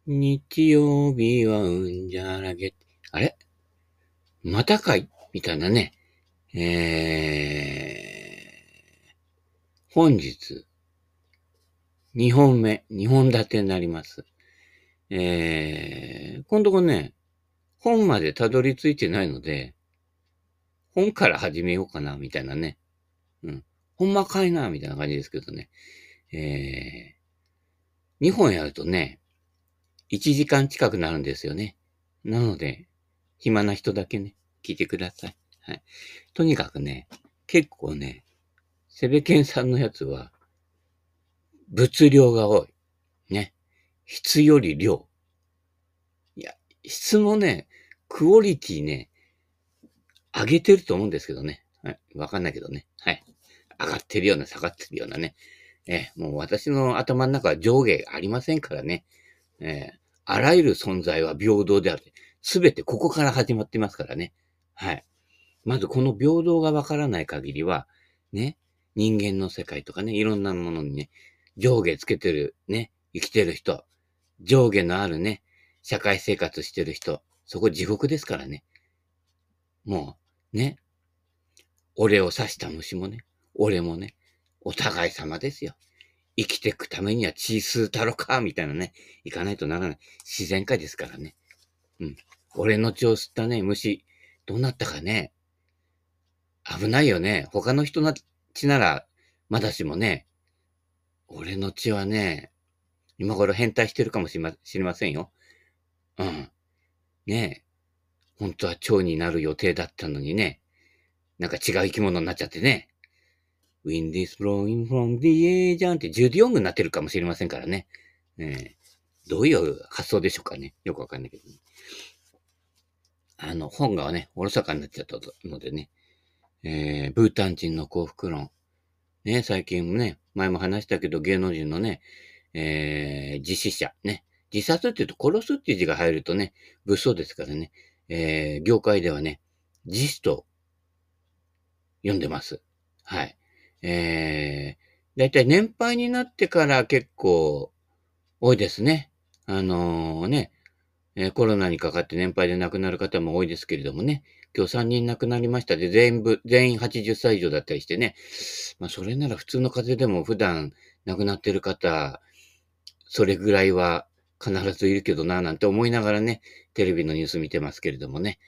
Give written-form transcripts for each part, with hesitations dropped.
日曜日はうんじゃらげ。あれまたかいみたいなね。本日、2本目、2本立てになります。今度ね、本までたどり着いてないので、本から始めようかな、みたいなね。うん。ほんまかいな、みたいな感じですけどね。2本やるとね、1時間近くなるんですよね。なので、暇な人だけね、聞いてください。はい。とにかくね、結構ね、セベケンさんのやつは、物量が多い。ね。質より量。いや、質もね、クオリティね、上げてると思うんですけどね。はい。わかんないけどね。はい。上がってるような、下がってるようなね。もう私の頭の中は上下ありませんからね。あらゆる存在は平等である。すべてここから始まってますからね。はい。まずこの平等がわからない限りは、ね、人間の世界とかね、いろんなものにね、上下つけてる、ね、生きてる人、上下のあるね、社会生活してる人、そこ地獄ですからね。もう、ね、俺を刺した虫もね、俺もね、お互い様ですよ。生きていくためには血吸うたろか、みたいなね、いかないとならない。自然界ですからね。うん。俺の血を吸ったね、虫、どうなったかね。危ないよね。他の人の血なら、まだしもね、俺の血はね、今頃変態してるかもしれませんよ。うん。ねえ。本当は蝶になる予定だったのにね。なんか違う生き物になっちゃってね。Wind is blowing from the air じゃんってジュディオングになってるかもしれませんからね。どういう発想でしょうかね。よくわかんないけど、ね。本がね、おろそかになっちゃったのでね。ブータン人の幸福論。ね、最近ね、前も話したけど、芸能人のね、自死者、ね。自殺って言うと殺すっていう字が入るとね、物騒ですからね。業界ではね、自死と読んでます。はい。だいたい年配になってから結構多いですね。ね、コロナにかかって年配で亡くなる方も多いですけれどもね。今日3人亡くなりましたで、全員80歳以上だったりしてね。まあ、それなら普通の風邪でも普段亡くなってる方、それぐらいは必ずいるけどな、なんて思いながらね、テレビのニュース見てますけれどもね。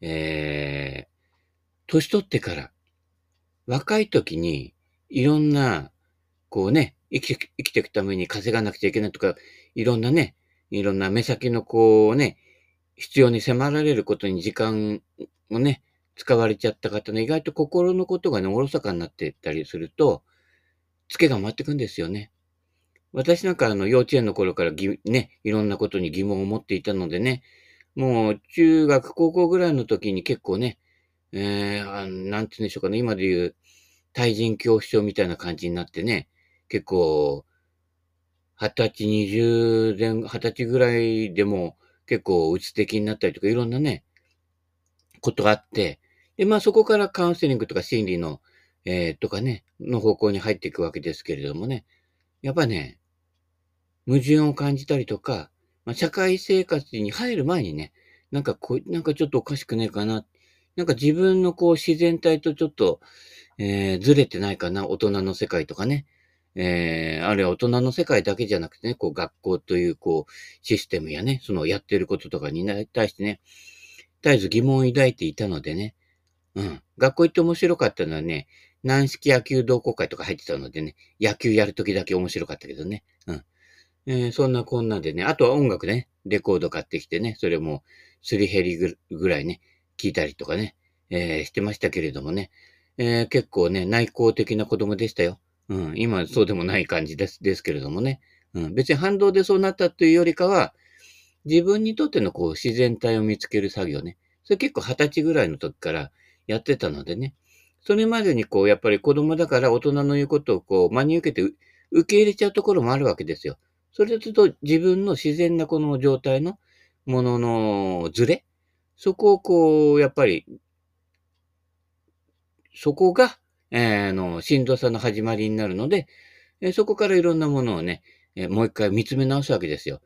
年取ってから、若い時に、いろんな、こうね、生きていくために稼がなくちゃいけないとか、いろんなね、いろんな目先のこうね、必要に迫られることに時間をね、使われちゃった方の意外と心のことがね、おろそかになっていったりすると、ツケが回ってくんですよね。私なんか幼稚園の頃からね、いろんなことに疑問を持っていたのでね、もう中学、高校ぐらいの時に結構ね、なんて言うんでしょうかね、今で言う対人恐怖症みたいな感じになってね、結構、20歳ぐらいでも結構うつ的になったりとかいろんなね、ことがあって、で、まあそこからカウンセリングとか心理の、とかね、の方向に入っていくわけですけれどもね、やっぱね、矛盾を感じたりとか、まあ、社会生活に入る前にね、なんかちょっとおかしくねえかな。なんか自分のこう自然体とちょっと、ずれてないかな、大人の世界とかね。あるいは大人の世界だけじゃなくてね、こう学校というこうシステムやね、そのやってることとかに対してね、絶えず疑問を抱いていたのでね、うん。学校行って面白かったのはね、軟式野球同好会とか入ってたのでね、野球やるときだけ面白かったけどね。うん。そんなこんなでね、あとは音楽ね、レコード買ってきてね、それもすり減りぐらいね、聞いたりとかね、してましたけれどもね、結構ね、内向的な子供でしたよ。うん、今そうでもない感じですけれどもね。うん、別に反動でそうなったというよりかは、自分にとってのこう自然体を見つける作業ね。それ結構20歳ぐらいの時からやってたのでね。それまでにこう、やっぱり子供だから大人の言うことをこう、真に受けて受け入れちゃうところもあるわけですよ。それと自分の自然なこの状態のもののズレ、そこをこう、やっぱり、そこが、しんどさの始まりになるので、そこからいろんなものをね、もう一回見つめ直すわけですよ。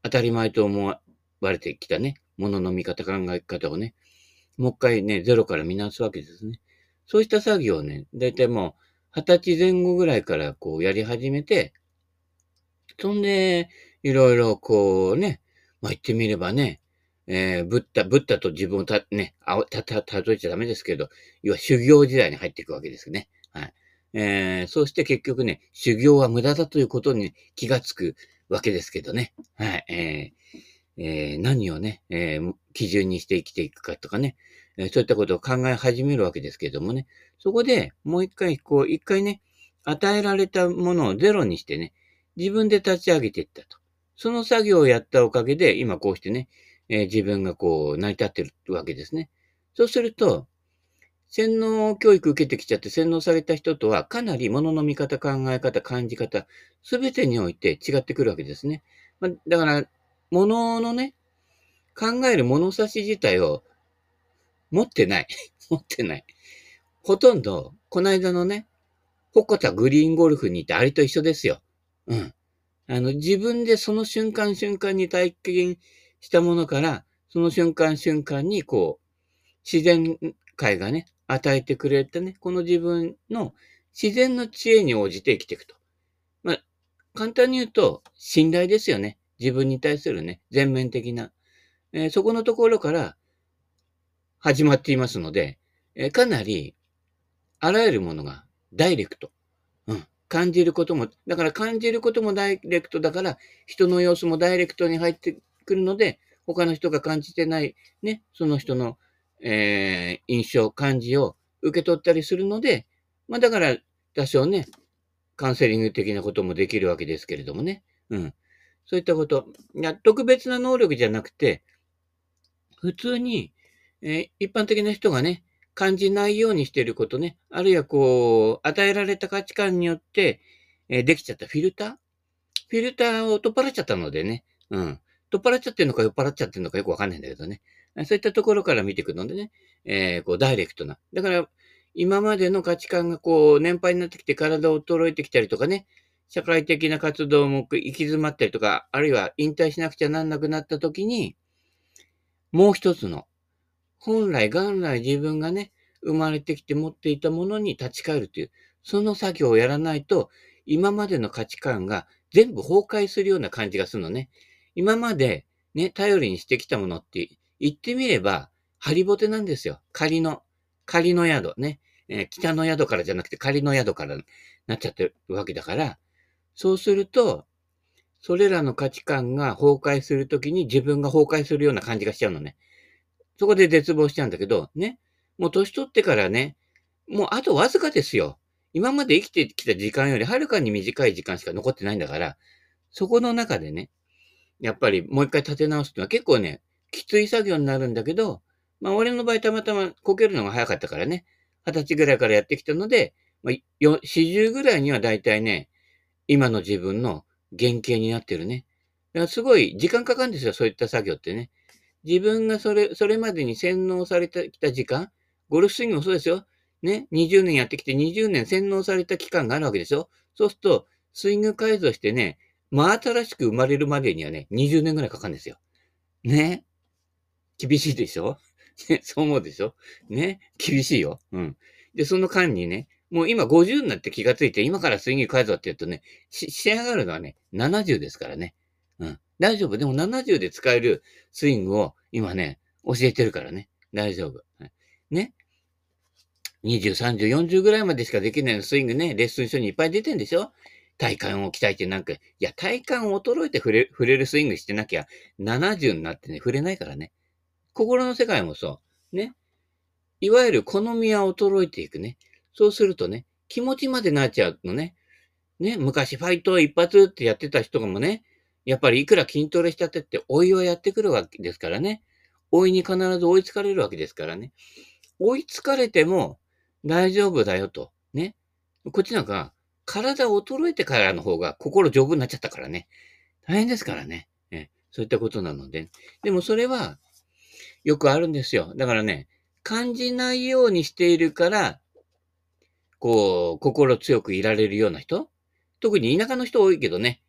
当たり前と思われてきたね、ものの見方、考え方をね、もう一回ね、ゼロから見直すわけですね。そうした作業をね、だいたいもう、20歳前後ぐらいからこうやり始めて、そんで、いろいろこうね、まあ、言ってみればね、ブッダと自分をね、例えちゃダメですけど、要は修行時代に入っていくわけですね。はい。そうして結局ね、修行は無駄だということに気がつくわけですけどね。はい。何をね、基準にして生きていくかとかね、そういったことを考え始めるわけですけれどもね。そこでもう一回ね、与えられたものをゼロにしてね、自分で立ち上げていったと。その作業をやったおかげで、今こうしてね、自分がこう成り立ってるわけですね。そうすると、洗脳教育受けてきちゃって洗脳された人とはかなり物の見方、考え方、感じ方、すべてにおいて違ってくるわけですね。だから、物のね、考える物差し自体を持ってない。持ってない。ほとんど、この間のね、鉾田グリーンゴルフに行ってあれと一緒ですよ。うん。自分でその瞬間瞬間に体験したものから、その瞬間瞬間にこう、自然界がね、与えてくれたね、この自分の自然の知恵に応じて生きていくと。まあ、簡単に言うと、信頼ですよね。自分に対するね、全面的な。そこのところから始まっていますので、かなりあらゆるものがダイレクト。うん。感じることも、だから感じることもダイレクトだから、人の様子もダイレクトに入ってくるので、他の人が感じてない、ね、その人の、印象、感じを受け取ったりするので、まあだから、多少ね、カウンセリング的なこともできるわけですけれどもね。うん。そういったこと。いや、特別な能力じゃなくて、普通に、一般的な人がね、感じないようにしていることね、あるいはこう、与えられた価値観によって、できちゃったフィルターを取っ払っちゃったのでね、うん。取っ払っちゃってるのか酔っ払っちゃってるのかよくわかんないんだけどね。そういったところから見ていくのでね、こう、ダイレクトな。だから、今までの価値観がこう、年配になってきて体を衰えてきたりとかね、社会的な活動も行き詰まったりとか、あるいは引退しなくちゃなんなくなった時に、もう一つの、本来元来自分がね、生まれてきて持っていたものに立ち返るという、その作業をやらないと、今までの価値観が全部崩壊するような感じがするのね。今までね、頼りにしてきたものって言ってみれば、ハリボテなんですよ。仮の宿ね。北の宿からじゃなくて仮の宿からなっちゃってるわけだから、そうすると、それらの価値観が崩壊するときに自分が崩壊するような感じがしちゃうのね。そこで絶望しちゃうんだけど、ね。もう年取ってからね、もうあとわずかですよ。今まで生きてきた時間よりはるかに短い時間しか残ってないんだから、そこの中でね、やっぱりもう一回立て直すっていうのは結構ね、きつい作業になるんだけど、まあ俺の場合たまたまこけるのが早かったからね、20歳ぐらいからやってきたので、まあ、40ぐらいにはだいたいね、今の自分の原型になってるね。だからすごい時間かかるんですよ、そういった作業ってね。自分がそれまでに洗脳されてきた時間、ゴルフスイングもそうですよ。ね、20年やってきて20年洗脳された期間があるわけでしょ。そうすると、スイング改造してね、真新しく生まれるまでにはね、20年ぐらいかかるんですよ。ね。厳しいでしょね、そう思うでしょね。厳しいよ。うん。で、その間にね、もう今50になって気がついて、今からスイング改造って言うとね、仕上がるのはね、70ですからね。うん。大丈夫。でも70で使えるスイングを今ね、教えてるからね。大丈夫。はい、ね。20、30、40ぐらいまでしかできないスイングね、レッスン書にいっぱい出てんでしょ。体幹を鍛えてなんか、いや、体幹衰えて触れるスイングしてなきゃ、70になってね、触れないからね。心の世界もそう。ね。いわゆる好みは衰えていくね。そうするとね、気持ちまでなっちゃうのね。ね、昔ファイト一発ってやってた人もね、やっぱりいくら筋トレしたってって老いはやってくるわけですからね。老いに必ず追いつかれるわけですからね。追いつかれても大丈夫だよと。ね。こっちなんか、体衰えてからの方が心丈夫になっちゃったからね。大変ですからね。そういったことなので。でもそれはよくあるんですよ。だからね、感じないようにしているから、こう、心強くいられるような人特に田舎の人多いけどね。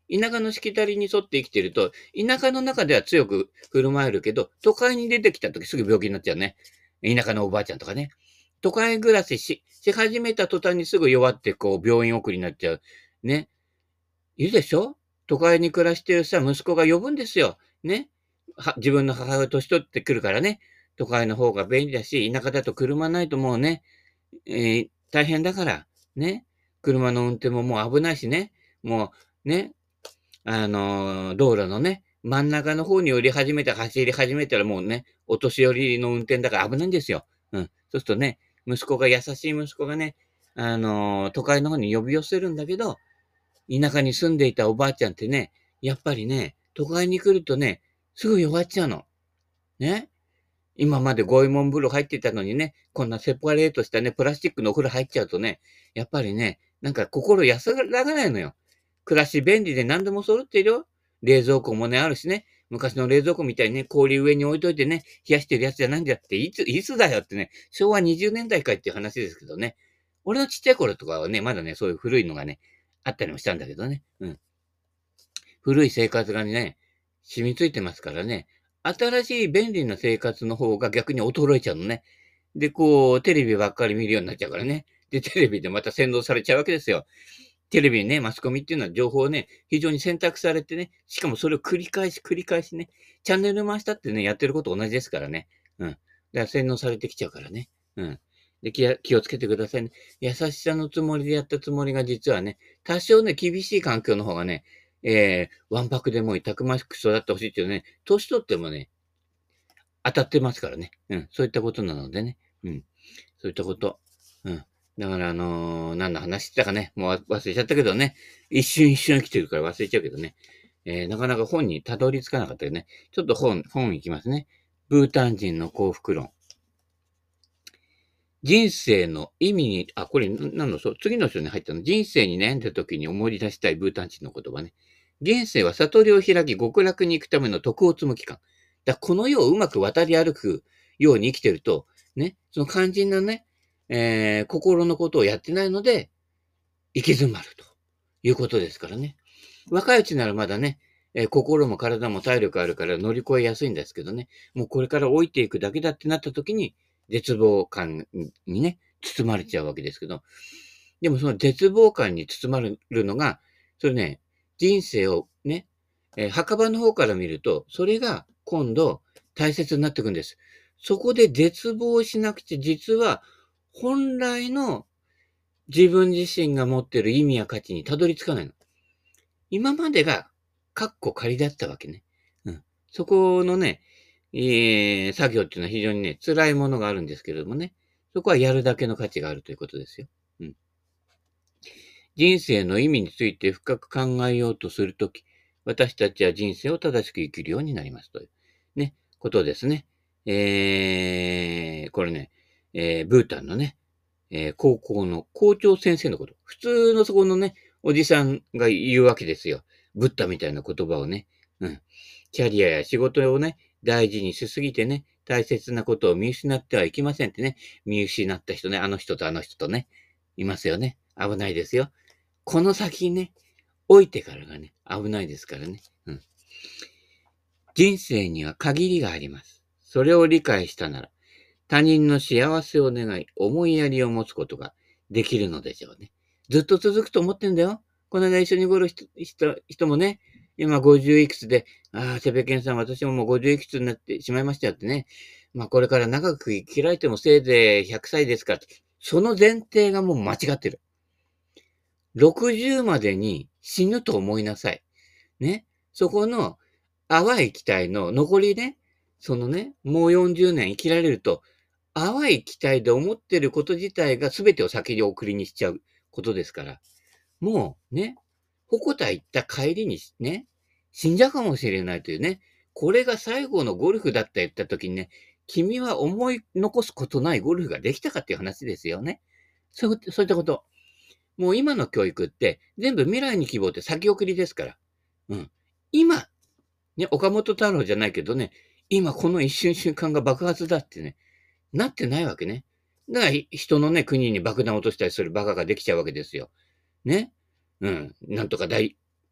田舎のしきたりに沿って生きてると、田舎の中では強く振る舞えるけど、都会に出てきた時すぐ病気になっちゃうね。田舎のおばあちゃんとかね。都会暮らし始めた途端にすぐ弱って、こう、病院送りになっちゃう。ね。いるでしょ？都会に暮らしてるさ、息子が呼ぶんですよ。ね。自分の母親年取ってくるからね。都会の方が便利だし、田舎だと車ないともうね、大変だから、ね。車の運転ももう危ないしね。もう、ね。道路のね、真ん中の方に走り始めたらもうね、お年寄りの運転だから危ないんですよ。うん。そうするとね、優しい息子がね、都会の方に呼び寄せるんだけど、田舎に住んでいたおばあちゃんってね、やっぱりね、都会に来るとね、すぐ弱っちゃうの。ね。今まで五右衛門風呂入ってたのにね、こんなセパレートしたね、プラスチックのお風呂入っちゃうとね、やっぱりね、なんか心安らがないのよ。暮らし便利で何でも揃っているよ。冷蔵庫もね、あるしね。昔の冷蔵庫みたいにね、氷上に置いといてね、冷やしてるやつじゃないんだって、いつだよってね、昭和20年代かいっていう話ですけどね。俺のちっちゃい頃とかはね、まだね、そういう古いのがね、あったりもしたんだけどね。うん。古い生活がね、染みついてますからね。新しい便利な生活の方が逆に衰えちゃうのね。で、こう、テレビばっかり見るようになっちゃうからね。で、テレビでまた洗脳されちゃうわけですよ。テレビにね、マスコミっていうのは情報をね、非常に選択されてね、しかもそれを繰り返しね、チャンネル回したってね、やってること同じですからね。うん。だから洗脳されてきちゃうからね。うん。で、気をつけてくださいね。優しさのつもりでやったつもりが実はね、多少ね、厳しい環境の方がね、わんぱくでもいい、たくましく育ってほしいっていうね、年取ってもね、当たってますからね。うん。そういったことなのでね。うん。そういったこと。うん。だから、何の話してたかね。もう忘れちゃったけどね。一瞬生きてるから忘れちゃうけどね。なかなか本にたどり着かなかったよね。ちょっと本いきますね。ブータン人の幸福論。人生の意味に、これ、次の章に入ったの。人生に悩んだ時に思い出したいブータン人の言葉ね。現世は悟りを開き極楽に行くための徳を積む期間。この世をうまく渡り歩くように生きてると、ね、その肝心なね、心のことをやってないので、行き詰まるということですからね。若いうちならまだね、心も体も体力あるから乗り越えやすいんですけどね、もうこれから老いていくだけだってなった時に、絶望感にね、包まれちゃうわけですけど、でもその絶望感に包まれるのが、それね、人生をね、墓場の方から見ると、それが今度大切になっていくんです。そこで絶望しなくて、実は本来の自分自身が持っている意味や価値にたどり着かないの。今までが、かっこ仮だったわけね。うん。そこのね、作業っていうのは非常にね、辛いものがあるんですけれどもね。そこはやるだけの価値があるということですよ。うん。人生の意味について深く考えようとするとき、私たちは人生を正しく生きるようになりますという、ね、ことですね。これね、ブータンのね、高校の校長先生のこと。普通のそこのね、おじさんが言うわけですよ。ブッダみたいな言葉をね。うん。キャリアや仕事をね、大事にしすぎてね、大切なことを見失ってはいけませんってね。見失った人ね、あの人とあの人とね、いますよね。危ないですよ。この先ね、老いてからがね、危ないですからね。うん。人生には限りがあります。それを理解したなら、他人の幸せを願い、思いやりを持つことができるのでしょうね。ずっと続くと思ってんだよ。この間一緒にゴルフした人もね、今50いくつで、セベケンさん、私ももう50いくつになってしまいましたよってね。これから長く生きられてもせいぜい100歳ですから。その前提がもう間違ってる。60までに死ぬと思いなさい。ね。そこの淡い期待の残りね、そのね、もう40年生きられると、淡い期待で思ってること自体が全てを先に送りにしちゃうことですから、もうね、鉾田行った帰りにね、死んじゃうかもしれないというね、これが最後のゴルフだった言った時にね、君は思い残すことないゴルフができたかっていう話ですよね。そういったこと。もう今の教育って全部未来に希望って先送りですから。うん。今、ね、岡本太郎じゃないけどね、今この一瞬瞬間が爆発だってね、なってないわけね。だから人のね、国に爆弾を落としたりするバカができちゃうわけですよ。ね。うん。なんとか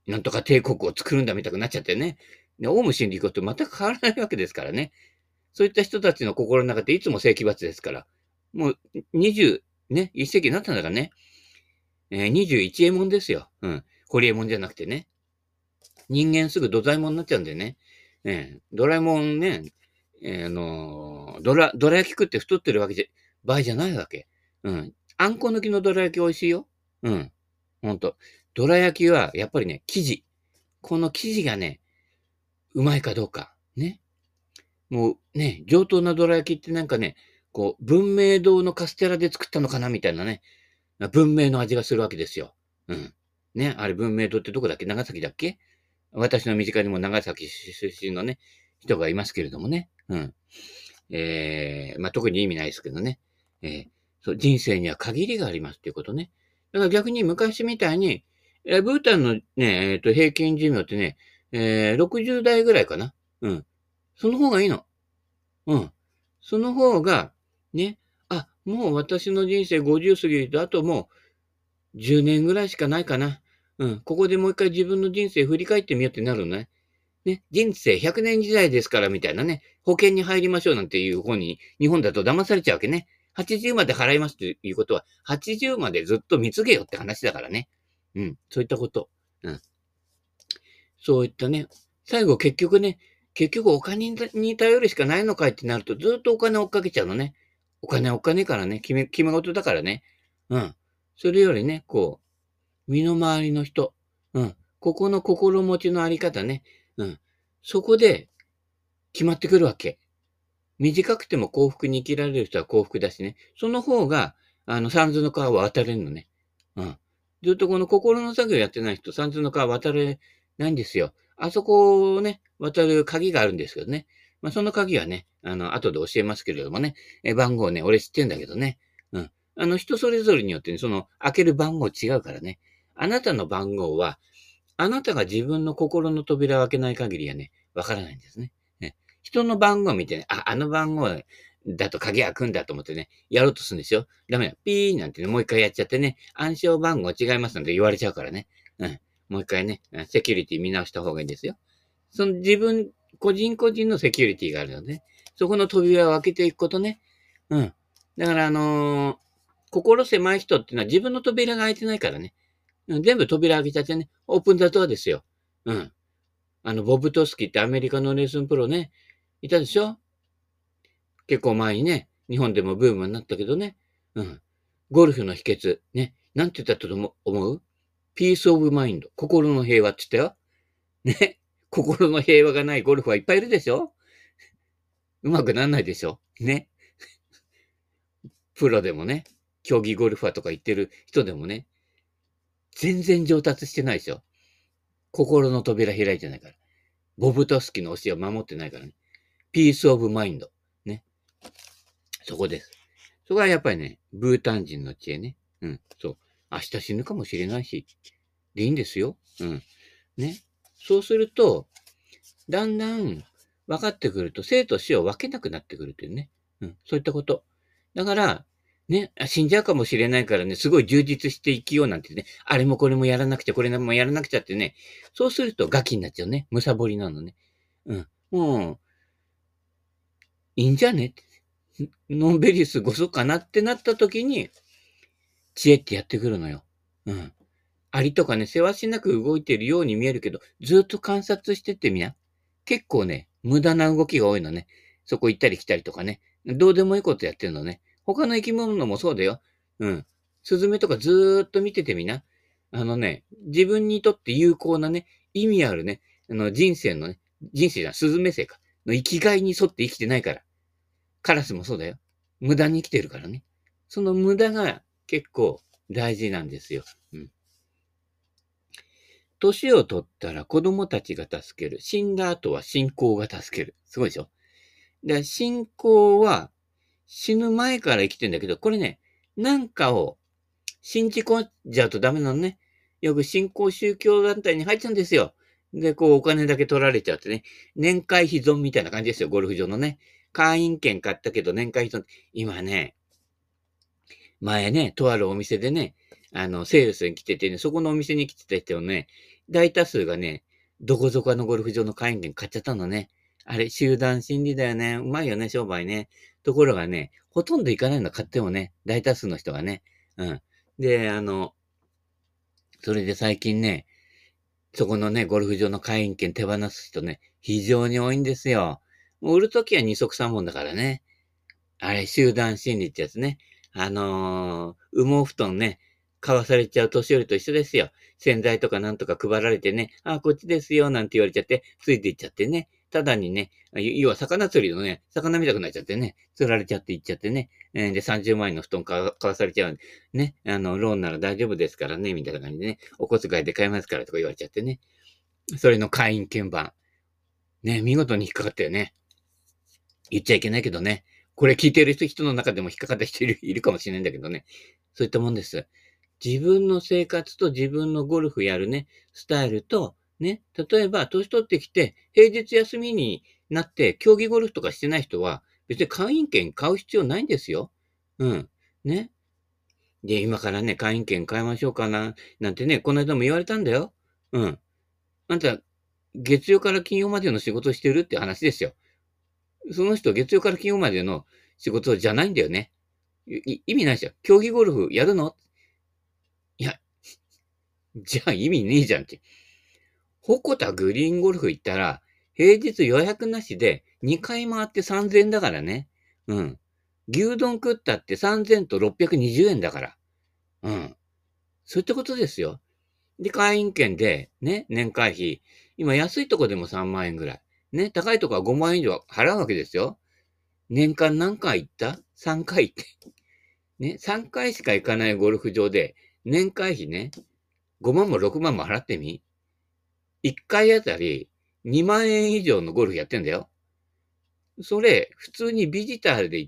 なんとか帝国を作るんだみたくなっちゃってね。で、オウム真理教と全く変わらないわけですからね。そういった人たちの心の中でいつも世紀末ですから。もう、20、ね、1世紀になったんだからね。21エモンですよ。うん。ホリエモンじゃなくてね。人間すぐ土左衛門になっちゃうんでね。ドラえもんね、ドラ焼き食って太ってる場合じゃないわけ。うん。あんこ抜きのどら焼き美味しいよ。うん。ほんと。どら焼きは、やっぱりね、生地。この生地がね、うまいかどうか。ね。もうね、上等などら焼きってなんかね、こう、文明堂のカステラで作ったのかなみたいなね。文明の味がするわけですよ。うん。ね、あれ文明堂ってどこだっけ？長崎だっけ？私の身近にも長崎出身のね、人がいますけれどもね。うん。まあ、特に意味ないですけどね。そう、人生には限りがありますっていうことね。だから逆に昔みたいに、ブータンのね、平均寿命ってね、60代ぐらいかな。うん。その方がいいの。うん。その方が、ね、あ、もう私の人生50過ぎると、あともう10年ぐらいしかないかな。うん。ここでもう一回自分の人生振り返ってみようってなるのね。ね、人生100年時代ですからみたいなね、保険に入りましょうなんていう方に、日本だと騙されちゃうわけね。80まで払いますということは、80までずっと貢げよって話だからね。うん、そういったこと。うん。そういったね、最後結局お金に頼るしかないのかいってなると、ずっとお金追っかけちゃうのね。お金からね、決め事だからね。うん。それよりね、こう、身の回りの人。うん。ここの心持ちのあり方ね。うん。そこで決まってくるわけ。短くても幸福に生きられる人は幸福だしね。その方が、三途の川を渡れるのね。うん。ずっとこの心の作業やってない人、三途の川渡れないんですよ。あそこをね、渡る鍵があるんですけどね。まあ、その鍵はね、後で教えますけれどもね。番号ね、俺知ってんだけどね。うん。人それぞれによってね、開ける番号違うからね。あなたの番号は、あなたが自分の心の扉を開けない限りはね、わからないんですね。人の番号を見てね、あの番号だと鍵開くんだと思ってね、やろうとするんですよ。ダメだ。ピーなんてね、もう一回やっちゃってね、暗証番号違いますので言われちゃうからね。うん。もう一回ね、セキュリティ見直した方がいいんですよ。その個人個人のセキュリティがあるので、ね、そこの扉を開けていくことね。うん。だから心狭い人っていうのは自分の扉が開いてないからね。うん、全部扉開けちゃってね、オープンザドアですよ。うん。ボブ・トスキってアメリカのレースンプロね、いたでしょ？結構前にね、日本でもブームになったけどね。うん。ゴルフの秘訣。ね。なんて言ったと思う？ピースオブマインド。心の平和って言ったよ。ね。心の平和がないゴルフはいっぱいいるでしょ？うまくなんないでしょ？ね。プロでもね、競技ゴルファーとか言ってる人でもね、全然上達してないでしょ？心の扉開いてないから。ボブ・トスキの教えを守ってないからね。ピースオブマインド。ね。そこです。そこはやっぱりね、ブータン人の知恵ね。うん。そう。明日死ぬかもしれないし、でいいんですよ。うん。ね。そうすると、だんだん分かってくると、生と死を分けなくなってくるというね。うん。そういったこと。だから、ね、死んじゃうかもしれないからね、すごい充実して生きようなんてね、あれもこれもやらなくちゃ、これもやらなくちゃってね、そうするとガキになっちゃうね。むさぼりなのね。うん。もう、いいんじゃね？のんべり過ごそうかなってなった時に、知恵ってやってくるのよ。うん。アリとかね、せわしなく動いてるように見えるけど、ずっと観察してってみな。結構ね、無駄な動きが多いのね。そこ行ったり来たりとかね。どうでもいいことやってるのね。他の生き物もそうだよ。うん。スズメとかずーっと見ててみな。自分にとって有効なね、意味あるね、人生じゃん、スズメ生か。の生きがいに沿って生きてないから。カラスもそうだよ。無駄に生きてるからね。その無駄が結構大事なんですよ。うん。年を取ったら子供たちが助ける。死んだ後は信仰が助ける。すごいでしょ？で、信仰は死ぬ前から生きてんだけど、これね、なんかを信じ込んじゃうとダメなのね。よく信仰宗教団体に入っちゃうんですよ。で、こうお金だけ取られちゃってね。年会費損みたいな感じですよ、ゴルフ場のね。会員券買ったけど年会費損。今ね、前ね、とあるお店でね、セールスに来ててね、そこのお店に来てた人ね、 大多数がね、どこぞかのゴルフ場の会員権買っちゃったのね。あれ、集団心理だよね。うまいよね、商売ね。ところがね、ほとんど行かないの買ってもね、大多数の人がね。うん。で、それで最近ね、そこのね、ゴルフ場の会員権手放す人ね、非常に多いんですよ。もう売るときは二足三本だからね。あれ、集団心理ってやつね。羽毛布団ね、買わされちゃう年寄りと一緒ですよ。洗剤とかなんとか配られてね、あ、こっちですよ、なんて言われちゃって、ついていっちゃってね。ただにね、要は魚釣りのね、魚見たくなっちゃってね、釣られちゃって行っちゃってね。で、30万円の布団買わされちゃう。ね、ローンなら大丈夫ですからね、みたいな感じでね、お小遣いで買えますからとか言われちゃってね。それの会員鍵盤。ね、見事に引っかかったよね。言っちゃいけないけどね。これ聞いてる人の中でも引っかかった人いるかもしれないんだけどね。そういったもんです。自分の生活と自分のゴルフやるね、スタイルと、ね、例えば、年取ってきて、平日休みになって、競技ゴルフとかしてない人は、別に会員権買う必要ないんですよ。うん。ね。で、今からね、会員権買いましょうかな、なんてね、この間も言われたんだよ。うん。あんた、月曜から金曜までの仕事してるって話ですよ。その人、月曜から金曜までの仕事じゃないんだよね。意味ないじゃん。競技ゴルフやるのいや、じゃあ意味ねえじゃんって。鉾田グリーンゴルフ行ったら、平日予約なしで2回回って3000円だからね。うん。牛丼食ったって3000と620円だから。うん。そういったことですよ。で、会員券で、ね、年会費。今安いとこでも3万円ぐらい。ね、高いとこは5万円以上払うわけですよ。年間何回行った？ 3 回行って。ね、3回しか行かないゴルフ場で、年会費ね、5万も6万も払ってみ？ 1 回あたり2万円以上のゴルフやってんだよ。それ、普通にビジターで行って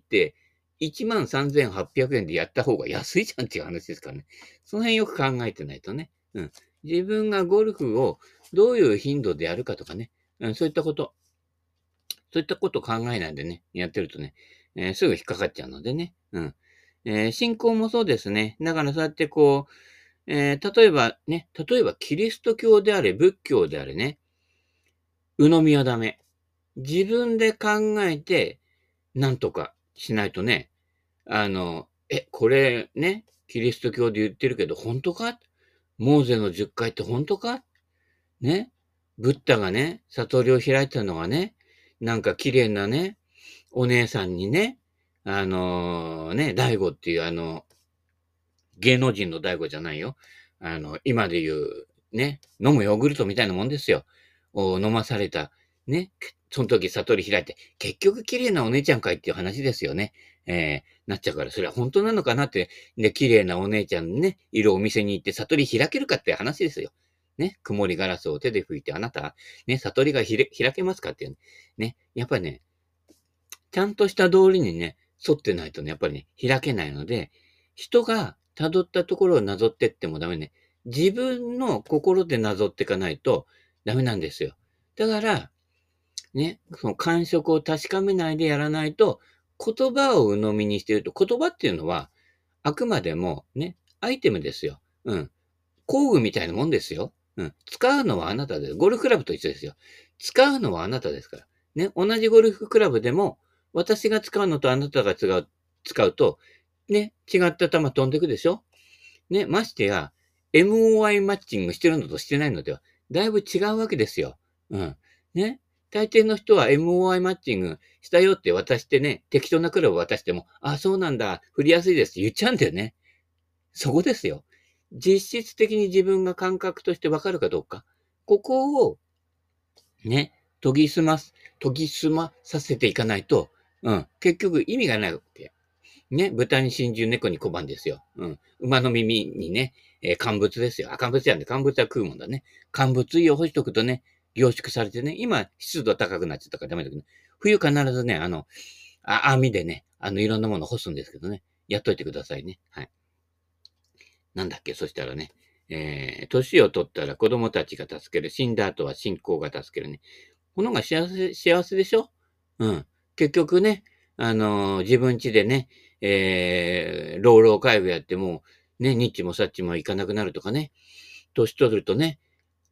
、13,800円でやった方が安いじゃんっていう話ですからね。その辺よく考えてないとね。うん。自分がゴルフをどういう頻度でやるかとかね。うん、そういったこと。そういったことを考えないでね、やってるとね、すぐ引っかかっちゃうのでね。うん。信仰もそうですね。だからそうやってこう、例えばキリスト教であれ、仏教であれね、鵜呑みはダメ。自分で考えて、なんとかしないとね、これね、キリスト教で言ってるけど、本当か？モーゼの10回って本当か？ね。ブッダがね、悟りを開いたのがね、なんか綺麗なね、お姉さんにね、大悟っていう芸能人の大悟じゃないよ。今で言う、ね、飲むヨーグルトみたいなもんですよ。飲まされた。ね。その時悟り開いて、結局綺麗なお姉ちゃんかいっていう話ですよね。なっちゃうから、それは本当なのかなって、で、綺麗なお姉ちゃんね、いるお店に行って悟り開けるかって話ですよ。ね。曇りガラスを手で拭いて、あなた、ね、悟りが開けますかっていう。ね。やっぱりね、ちゃんとした通りにね、沿ってないとね、やっぱりね、開けないので、人が辿ったところをなぞってってもダメね。自分の心でなぞっていかないとダメなんですよ。だから、ね、その感触を確かめないでやらないと、言葉を鵜呑みにしていると、言葉っていうのは、あくまでもね、アイテムですよ。うん。工具みたいなもんですよ。うん。使うのはあなたです。ゴルフクラブと一緒ですよ。使うのはあなたですから。ね。同じゴルフクラブでも、私が使うのとあなたが使うと、ね、違った球飛んでくでしょ？ね、ましてや、MOI マッチングしてるのとしてないのでは、だいぶ違うわけですよ。うん。ね。大抵の人は MOI マッチングしたよって渡してね、適当なクラブ渡しても、あ、そうなんだ、振りやすいですって言っちゃうんだよね。そこですよ。実質的に自分が感覚としてわかるかどうか。ここを、ね、研ぎ澄まさせていかないと、うん、結局意味がないわけ。ね、豚に真珠、猫に小判ですよ。うん。馬の耳にね、乾物ですよ。あ、乾物やんで、乾物は食うもんだね。乾物油を干しとくとね、凝縮されてね、今、湿度高くなっちゃったからダメだけど、ね、冬必ずね、網でね、いろんなもの干すんですけどね、やっといてくださいね。はい。なんだっけ、そしたらね、年を取ったら子供たちが助ける。死んだ後は信仰が助けるね。この方が幸せでしょ？うん。結局ね、自分家でね、老老介護やっても、ね、ニッチもサッチもいかなくなるとかね、年取るとね、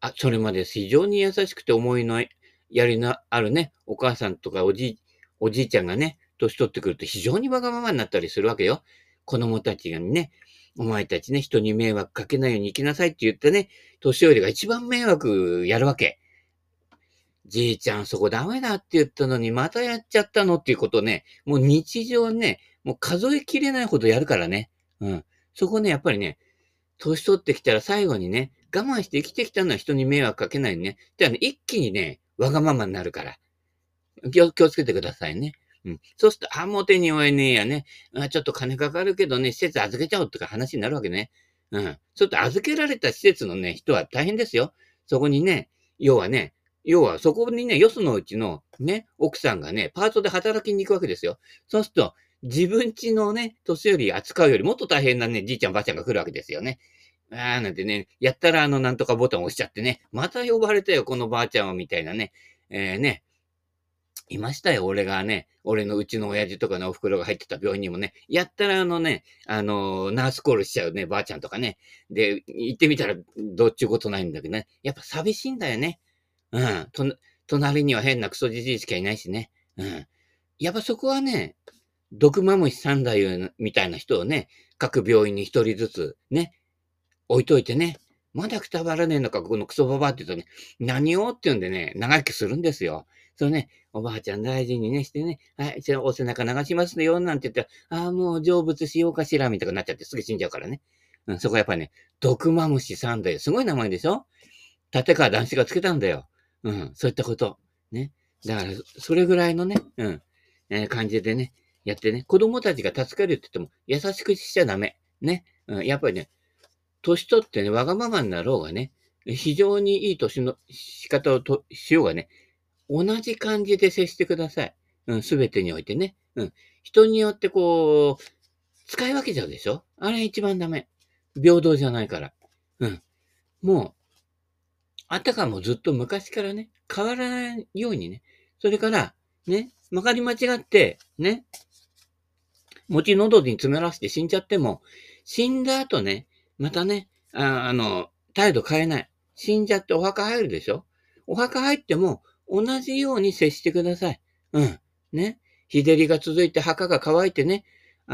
それまで非常に優しくて思いのやりのあるね、お母さんとかおじいちゃんがね、年取ってくると非常にわがままになったりするわけよ。子供たちがね、お前たちね、人に迷惑かけないように生きなさいって言ってね、年寄りが一番迷惑やるわけ。じいちゃんそこダメだって言ったのにまたやっちゃったのっていうことをね、もう日常ね、もう数えきれないほどやるからね。うん。そこね、やっぱりね、年取ってきたら最後にね、我慢して生きてきたのは人に迷惑かけないね。じゃあね、一気にね、わがままになるから。気をつけてくださいね。うん。そうすると、もう手に負えねえやね。ちょっと金かかるけどね、施設預けちゃおうとか話になるわけね。うん。ちょっと預けられた施設のね、人は大変ですよ。そこにね、要はそこにね、よそのうちのね、奥さんがね、パートで働きに行くわけですよ。そうすると、自分家のね、年寄り扱うよりもっと大変なね、じいちゃんばあちゃんが来るわけですよね。なんてね、やったらなんとかボタンを押しちゃってね、また呼ばれたよ、このばあちゃんは、みたいなね。ね、いましたよ、俺のうちの親父とかのお袋が入ってた病院にもね、やったらナースコールしちゃうね、ばあちゃんとかね。で、行ってみたらどっちゅうことないんだけどね。やっぱ寂しいんだよね。うん。隣には変なクソじじいしかいないしね。うん。やっぱそこはね、毒マムシ三代みたいな人をね、各病院に一人ずつね、置いといてね、まだくたばらねえのか、このクソババアって言うとね、何をって言うんでね、長生きするんですよ。それね、おばあちゃん大事にねしてね、はい、じゃあお背中流しますよ、なんて言ったら、もう成仏しようかしら、みたいになっちゃってすぐ死んじゃうからね。うん、そこはやっぱね、毒マムシ三代、すごい名前でしょ？立川談志がつけたんだよ。うん、そういったこと。ね。だから、それぐらいのね、感じでね、やってね、子供たちが助かるって言っても、優しくしちゃダメ。ね。うん、やっぱりね、年取ってね、わがままになろうがね、非常にいい年の仕方をしようがね、同じ感じで接してください。うん、すべてにおいてね。うん。人によってこう、使い分けちゃうでしょ？あれ一番ダメ。平等じゃないから。うん。もう、あたかもずっと昔からね、変わらないようにね。それから、ね、まかり間違って、ね、餅喉に詰めらせて死んじゃっても、死んだ後ね、またね、態度変えない。死んじゃってお墓入るでしょ？お墓入っても同じように接してください。うん。ね。日照りが続いて墓が乾いてね、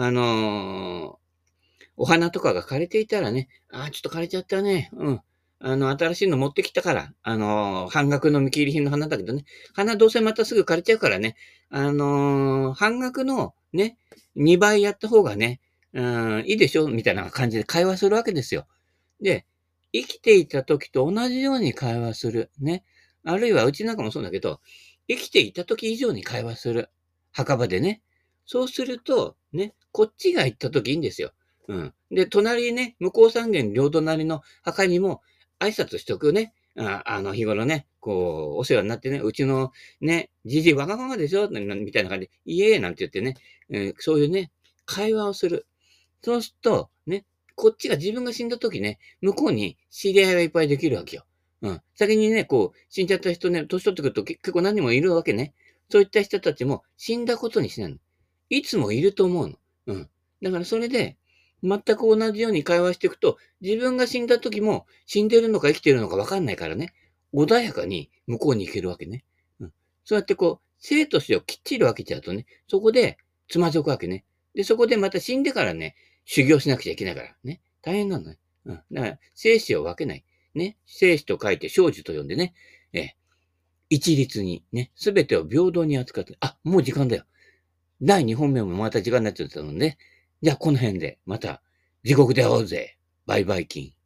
お花とかが枯れていたらね、ちょっと枯れちゃったね。うん。新しいの持ってきたから、半額の見切り品の花だけどね、花どうせまたすぐ枯れちゃうからね、半額のね、2倍やった方がね、いいでしょみたいな感じで会話するわけですよ。で、生きていた時と同じように会話する。ね。あるいはうちなんかもそうだけど、生きていた時以上に会話する。墓場でね。そうすると、ね、こっちが行った時いいんですよ。うん。で、隣ね、向こう三軒両隣の墓にも挨拶しとくね。日頃ね、こう、お世話になってね、うちのね、じじいわがままでしょみたいな感じで、いえなんて言ってね、そういうね、会話をする。そうすると、ね、こっちが自分が死んだ時ね、向こうに知り合いがいっぱいできるわけよ。うん。先にね、こう、死んじゃった人ね、年取ってくると結構何人もいるわけね。そういった人たちも死んだことにしないの。いつもいると思うの。うん。だからそれで、全く同じように会話していくと、自分が死んだ時も死んでるのか生きてるのか分かんないからね、穏やかに向こうに行けるわけね。うん。そうやってこう、生と死をきっちり分けちゃうとね、そこでつまずくわけね。で、そこでまた死んでからね、修行しなくちゃいけないから。ね。大変なのね。うん。だから、生死を分けない。ね。生死と書いて生死と呼んでね。一律にね、すべてを平等に扱って、もう時間だよ。第2本目もまた時間になっちゃったので、じゃあこの辺で、また、地獄で会おうぜ。バイバイキン。